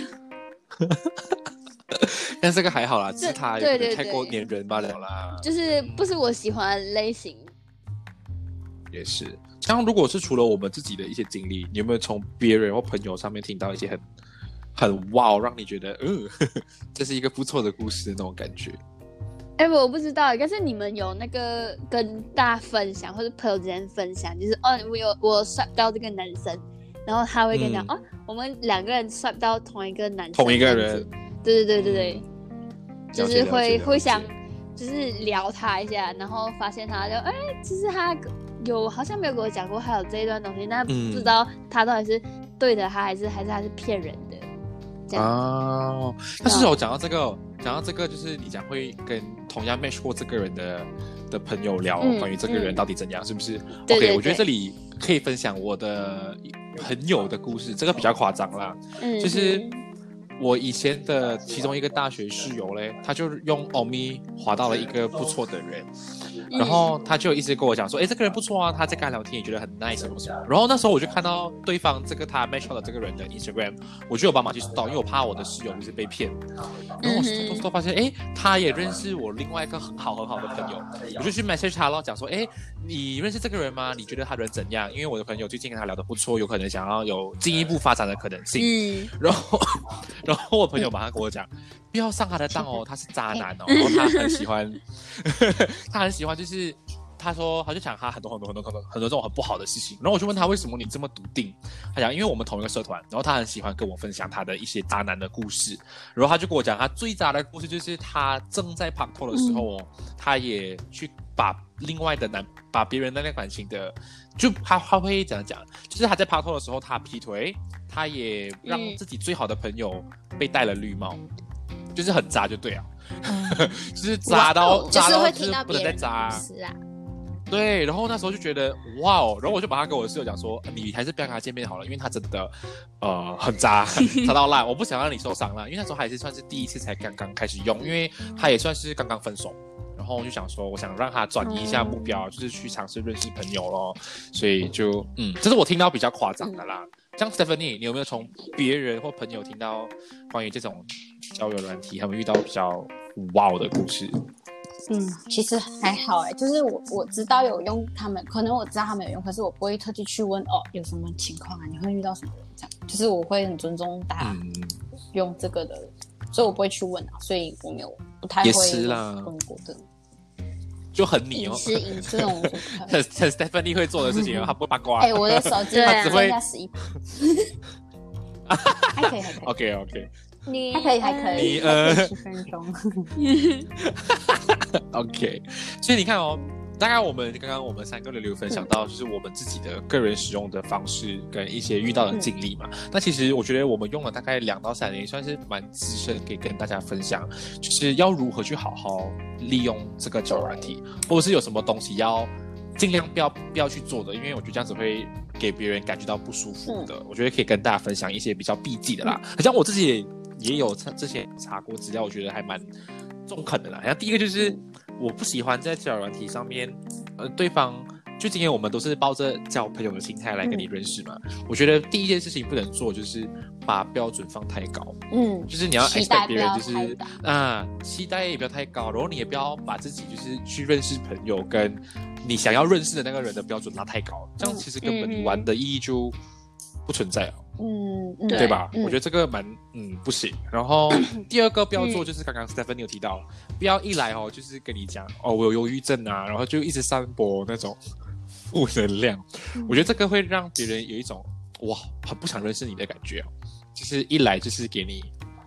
但这个还好啦，只是他有点太过黏人罢了啦， 就是不是我喜欢的类型。 也是，像如果是除了我们自己的一些经历，你有没有从别人或朋友上面听到一些很哇，让你觉得这是一个不错的故事那种感觉？ 我不知道，但是你们有那个跟大家分享，或者朋友之间分享，就是我 swipe 到这个男生，然后他会跟你讲我们两个人 swipe 到同一个男生， 同一个人。 对，就是会想就是聊他一下，然后发现他就其实他好像没有跟我讲过还有这一段东西，但不知道他到底是对的他还是他是骗人的这样。 但是我讲到这个就是你讲会跟同样 match 过这个人的朋友聊关于这个人到底怎样，是不是？ 对 OK， 我觉得这里可以分享我的朋友的故事，这个比较夸张啦，就是我以前的其中一个大学室友嘞，他就用 Omi 滑到了一个不错的人，然后他就一直跟我讲说，这个人不错啊，他在跟他聊天也觉得很 nice 什么什么。然后那时候我就看到对方这个他 match 到的这个人的 Instagram， 我就有帮忙去 stalk， 因为我怕我的室友就是被骗。然后我 stalk 发现，他也认识我另外一个很好的朋友，我就去 message 他咯，讲说，你认识这个人吗？你觉得他人怎样？因为我的朋友最近跟他聊得不错，有可能想要有进一步发展的可能性。然后我朋友马上跟我讲，不要上他的当他是渣男然后他很喜欢就是他说他就讲他很多这种很不好的事情，然后我就问他为什么你这么笃定，他讲因为我们同一个社团，然后他很喜欢跟我分享他的一些渣男的故事，然后他就跟我讲他最渣的故事就是他正在拍拖的时候他也去把另外的把别人的那感情的，就他会怎样讲，就是他在拍拖的时候他劈腿，他也让自己最好的朋友被戴了绿帽，就是很渣就对了，就是渣到就是会听到别人的渣故事啊。 对，然后那时候就觉得哇哦，然后我就把他跟我的室友讲说，你还是不要跟他见面好了，因为他真的很渣到烂，我不想让你受伤了，因为那时候还是算是第一次才刚刚开始用，因为他也算是刚刚分手，然后我就想说我想让他转移一下目标，就是去尝试认识朋友咯，所以就这是我听到比较夸张的啦。像 Stephanie， 你有没有从别人或朋友听到关于这种交友软体他们遇到比较wow的故事？ 其实还好就是我知道有用他们，可能我知道他们有用，可是我不会特地去问有什么情况啊，你会遇到什么人这样，就是我会很尊重大家用这个的，所以我不会去问啊，所以我不太会问过的。 就很你隐私那种很 Stephanie 会做的事情他不会八卦。 我的手机他只会剩下11%，还可以。 OK， 你还可以，10分钟。 OK， 所以你看大概我们刚刚我们三个人分享到，就是我们自己的个人使用的方式跟一些遇到的经历嘛。那其实我觉得我们用了大概2到3年，算是蛮资深，可以跟大家分享，就是要如何去好好利用这个交友软体，或者是有什么东西要尽量不要去做的，因为我觉得这样子会给别人感觉到不舒服的。我觉得可以跟大家分享一些比较避忌的啦。好像我自己也有之前查过资料，我觉得还蛮中肯的啦。像第一个就是我不喜欢在交友软体上面，对方就今天我们都是抱着交朋友的心态来跟你认识嘛。我觉得第一件事情不能做就是把标准放太高，就是你要 expect 别人就是期待也不要太高，然后你也不要把自己就是去认识朋友跟你想要认识的那个人的标准拉太高，这样其实根本你玩的意义就不存在了。对吧？我觉得这个蛮不行。然后第二个不要做就是刚刚 Stephanie 有提到，不要一来就是跟你讲我有忧郁症啊，然后就一直散播那种负能量。我觉得这个会让别人有一种很不想认识你的感觉，就是一来就是给你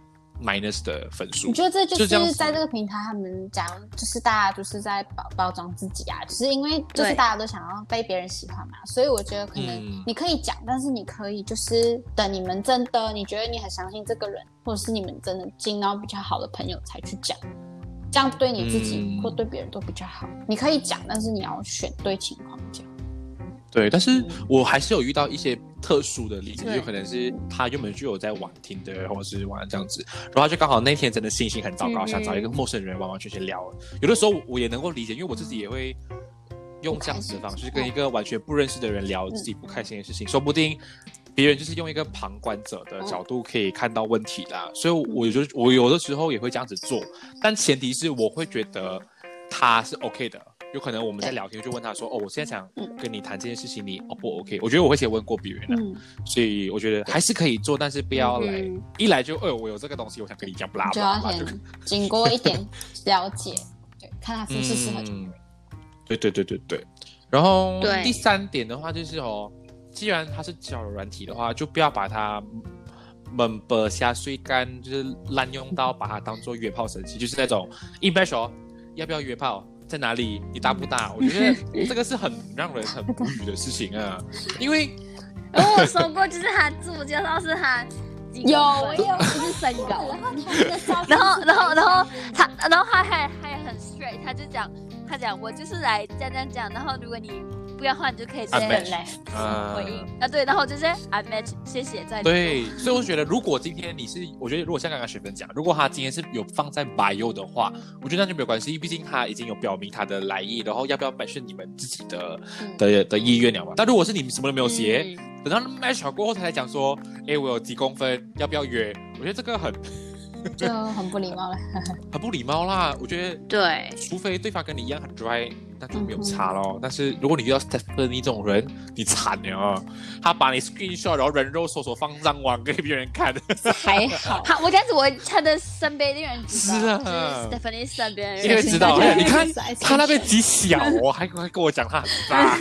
minus 的分数。 我觉得这就是在这个平台他们讲，就是大家就是在包装自己啊，就是因为就是大家都想要被别人喜欢嘛，所以我觉得可能你可以讲，但是你可以就是等你们真的你觉得你很相信这个人，或者是你们真的进到比较好的朋友才去讲，这样对你自己或对别人都比较好。你可以讲，但是你要选对情况讲。 对，但是我还是有遇到一些特殊的例子，就可能是他原本就有在玩Tinder或者是玩这样子，然后他就刚好那天真的心情很糟糕，想找一个陌生人完完全全聊。有的时候我也能够理解，因为我自己也会用这样子的方式跟一个完全不认识的人聊自己不开心的事情，说不定别人就是用一个旁观者的角度可以看到问题啦。所以我有的时候也会这样子做，但前提是我会觉得他是 OK 的。有可能我们在聊天就问他说我现在想跟你谈这件事情，你不 OK？ 我觉得我会先问过别人所以我觉得还是可以做，但是不要来一来就我有这个东西我想跟你讲，不啦， 就要先经过一点了解对，看他是不是适合对。然后第三点的话就是既然它是交友软体的话，就不要把它把下水干就是滥用到把它当做约炮神器，就是那种一般说要不要约炮，在哪里，你大不大？我觉得这个是很让人很无语的事情啊，因为我说过，就是他自我介绍是他我有就是身高， 然后他还很 straight， 他讲我就是来这样，然后如果你不要的话，你就可以直接回应对，然后就是 I match， 谢谢再对，所以我觉得如果今天我觉得如果像刚刚学分讲，如果他今天是有放在 bio 的话，我觉得那就没有关系，毕竟他已经有表明他的来意，然后要不要match你们自己的意愿了嘛。但如果是你们什么都没有写，等到 match 过后才来讲说，我有几公分，要不要约？我觉得这个就很不礼貌了， 很不礼貌啦。我觉得对， 除非对方跟你一样很 dry， 那就没有差咯。但是如果你遇到 Stephanie 这种人，你惨了，他把你 screenshot 然后人肉搜放上网给别人看， 还好。 我这样子，他的身边的人知道， 是啊， 就是 Stephanie 身边的人， 因为知道，你看他那边极小还跟我讲他很大。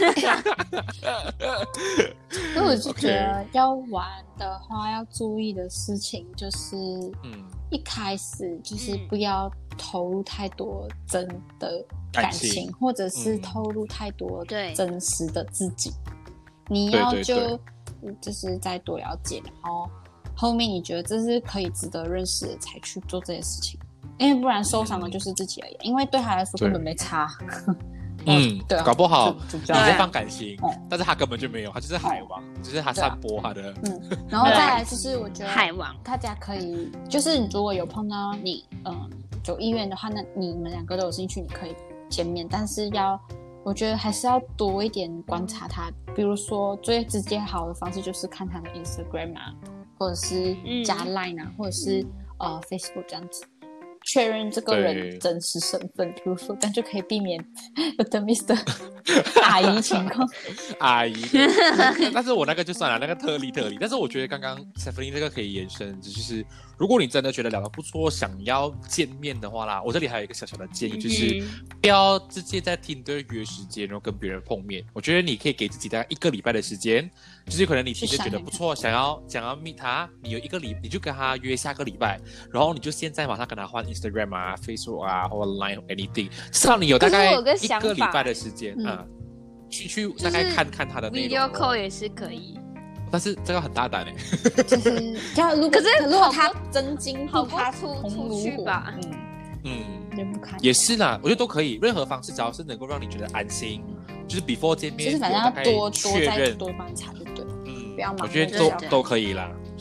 所以我就觉得要玩的话，要注意的事情就是，一开始就是不要投入太多真的感情，或者是投入太多真实的自己。你要就是再多了解，然后后面你觉得这是可以值得认识的，才去做这些事情。因为不然受伤的就是自己而已，因为对他来说根本没差。对啊， 搞不好你在放感情，但是他根本就没有，他就是海王，就是他散播他的。 然后再来就是我觉得海王， 大家可以就是如果有碰到你有意愿的话，那你们两个都有兴趣，你可以见面，但是我觉得还是要多一点观察他，比如说最直接好的方式就是看他的 Instagram 啊，或者是加 Line 啊，或者是Facebook 这样子。确认这个人真实身份，比如说，但就可以避免有的 Mr. 阿姨情况。 阿姨，但是我那个就算了，那个特例。但是我觉得刚刚 Stephanie 这个可以延伸，就是如果你真的觉得聊得不错，想要见面的话啦，我这里还有一个小小的建议，就是不要直接在 Tinder 约时间，然后跟别人碰面。我觉得你可以给自己大概1个礼拜的时间，就是可能你 Tinder 觉得不错，想要 meet 他，你有1个礼，你就跟他约下个礼拜，然后你就现在马上跟他换 Instagram 啊 Facebook 啊或 Line anything， 至少你有大概1个礼拜的时间去大概看看他的内容。 Video call 也是可以， 但是这个很大胆就是如果他真金好过出去吧， 也是啦，我觉得都可以，任何方式只要是能够让你觉得安心，就是 before 见面， 就是反正要多再多观察就对了，不要忙。 我觉得都可以啦。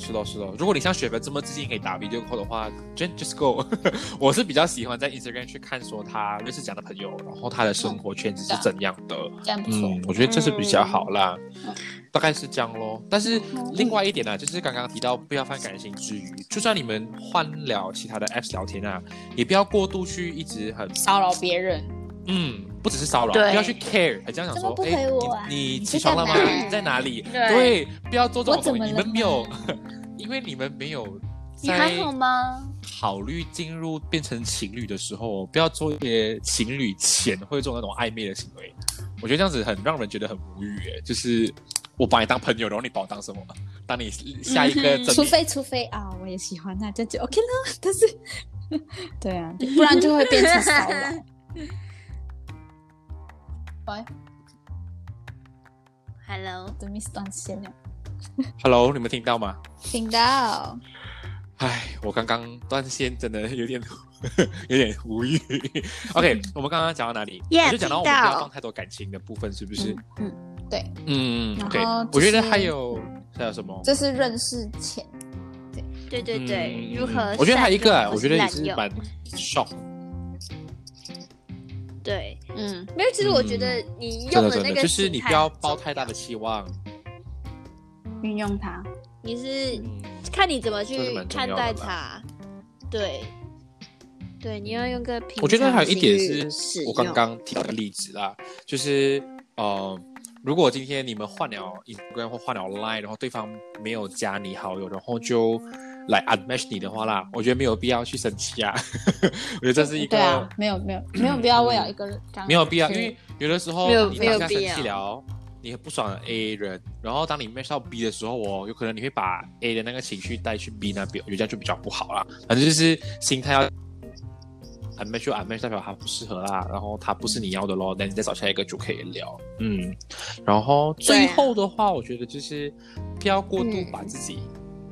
是咯是咯，如果你像雪芬这么自信可以打 video call 的话 just go 我是比较喜欢在 Instagram 去看说他认识这样的朋友，然后他的生活圈子是怎样的， 这样不错， 我觉得这是比较好啦，大概是这样咯。但是另外一点呢，就是刚刚提到不要犯感情之余，就算你们换了其他的 apps 聊天啊，也不要过度去一直很骚扰别人， 不只是骚扰，不要去 care， 还这样讲说， 不回我啊， 你起床了吗？你在哪里？对，不要做这种东西。你们没有，因为你们没有你还好吗？ 考虑进入变成情侣的时候，不要做一些情侣前会做那种暧昧的行为。我觉得这样子很让人觉得很无语耶，就是我把你当朋友，然后你把我当什么？当你下一个除非啊，我也喜欢他，就 OK 了。但是，对啊，不然就会变成骚扰。喂 ，Hello， 对 ，Miss 断线了。 Hello， 你们听到吗？ 听到。 唉，我刚刚断线，真的有点无语。OK， 我们刚刚讲到哪里？我就讲到我们不要放太多感情的部分，是不是？ 对。 OK， 我觉得还有什么？ 这是认识前。 对，如何？ 我觉得还有一个，我觉得也是蛮 shock。 对，没有，其实我觉得你用的那个就是你不要抱太大的期望， 运用它， 你是看你怎么去看待它，对，你要用个平常心。 我觉得还有一点是我刚刚提到的例子啦，就是如果今天你们换了 Instagram 或换了 Line， 然后对方没有加你好友，然后就来 unmatch 你的话啦，我觉得没有必要去生气啊。我觉得这是一个对啊，没有必要为了一个人这样， 没有必要，因为有的时候你当下生气了，你很不爽的 A 人，然后当你 match 到 B 的时候有可能你会把 A 的那个情绪带去 B 那边，我觉得这样就比较不好啦。反正就是心态要unmatch 就 unmatch， 代表他不适合啦，然后他不是你要的咯，那你再找下一个就可以聊。然后最后的话，我觉得就是不要过度把自己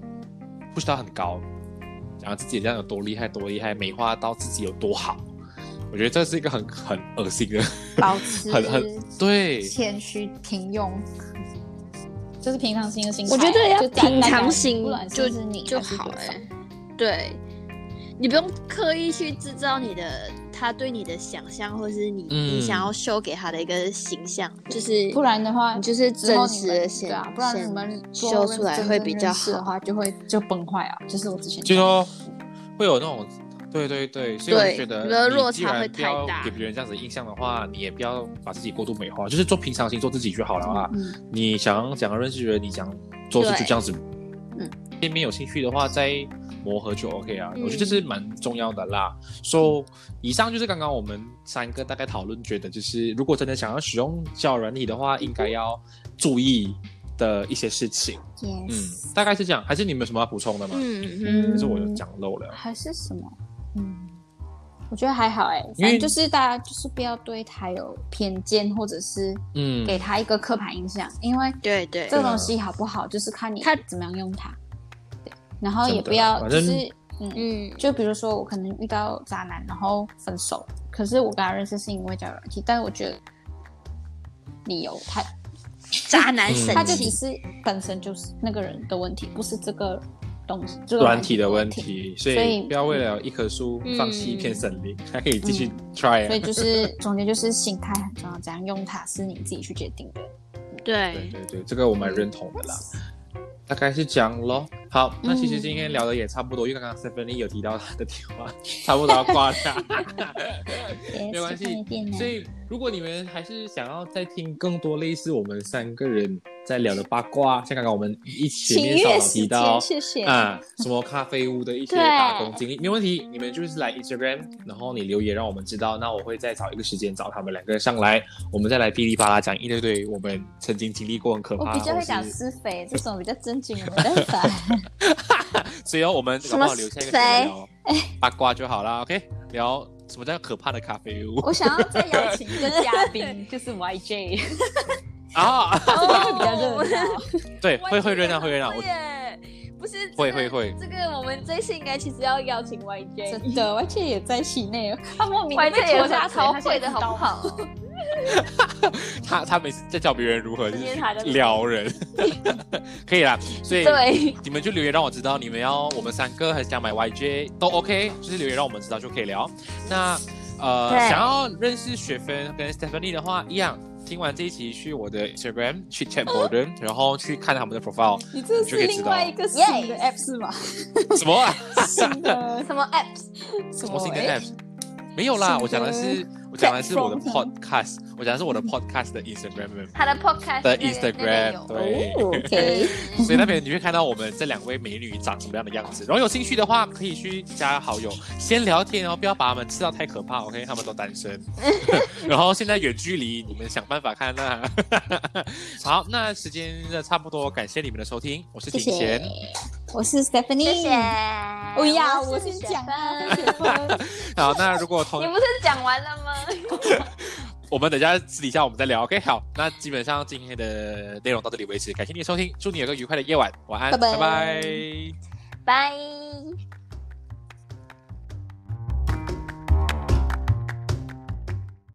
push到很高，讲自己这样有多厉害，美化到自己有多好。我觉得这是一个很恶心的， 保持很对谦虚平庸，就是平常心的心态。 我觉得要平常心就好对，你不用刻意去制造他对你的想象，或是你想要show给他的一个形象，就是不然的话， 你就是真实的对啊，不然你们 show出来会比较好的话，就崩坏啊。就是我之前就说会有那种。对，所以我就觉得落你既然不要给别人这样子的印象的话，你也不要把自己过度美化，就是做平常心，做自己就好了啊。你想认识人，你想做事就这样子。见面有兴趣的话，再磨合就 OK 啊。我觉得这是蛮重要的啦。以上就是刚刚我们三个大概讨论，觉得就是如果真的想要使用交友软体的话，应该要注意的一些事情。大概是这样。还是你们有什么要补充的吗？可是我有讲漏了。 还是什么？我觉得还好反正就是大家就是不要对他有偏见，或者是给他一个刻板印象，因为对这个东西好不好，就是看你怎么样用它。对，然后也不要就是就比如说我可能遇到渣男，然后分手，可是我跟他认识是因为交友软体，但是我觉得理由太渣男生气， 他就只是本身就是那个人的问题，不是这个东西软体的问题，所以不要为了一棵树放弃一片森林，还可以继续 try。 所以就是总结就是心态很重要，怎样用它是你自己去决定的。 对， 这个我蛮认同的啦。大概是这样咯。好，那其实今天聊的也差不多，因为刚刚 Stephanie 有提到他的电话，差不多要挂掉。没关系。所以如果你们还是想要再听更多类似我们三个人在聊的八卦，像刚刚我们前面稍稍提到什么咖啡屋的一些打工经历，没问题，你们就是来 Instagram， 然后你留言让我们知道，那我会再找一个时间找他们两个上来，我们再来噼里啪啦讲一堆堆我们曾经经历过很可怕。 我比较会讲是非，这种比较正经的没办法。 所以我们搞不好留下一个聊八卦就好了 ，OK？ 聊什么叫可怕的咖啡屋？ 我想要再邀请一个嘉宾，就是 YJ。 这个会比较热闹。 对，会热闹，会热闹。 不是会。 这个我们这次应该其实要邀请 YJ。 真的 ，YJ 也在戏内，他莫名 YJ 也是超会的好不好？ 他每次在教别人如何就是今天他就撩人，可以啦。所以对， 你们就留言让我知道你们要我们3个还是想买 YJ 都 OK， 就是留言让我们知道就可以聊。那想要认识雪芬跟 Stephanie 的话，一样。听完这一集，去我的 Instagram 去 Chat Borden，然后去看他们的 profile， 你这是另外一个新的 app 是吗？ 什么啊？ 新的什么 apps？ 什么新的 apps？没有啦，我讲的是我的 podcast， 我讲的是我的 podcast 的 Instagram， 他的 podcast 的 Instagram， 对 ，OK， 所以那边你会看到我们这2位美女长什么样的样子。然后有兴趣的话，可以去加好友，先聊天，然后不要把他们吃到太可怕 ，OK？ 他们都单身，然后现在远距离，你们想办法看那。好，那时间差不多，感谢你们的收听，我是景贤， 我是 Stephanie， 谢谢。 哦呀，我先讲啊。 好，那如果你不是讲完了吗？ 我们等一下私底下我们再聊 ，OK？ 好，那基本上今天的内容到这里为止，感谢你的收听，祝你有个愉快的夜晚，晚安，拜拜。 拜。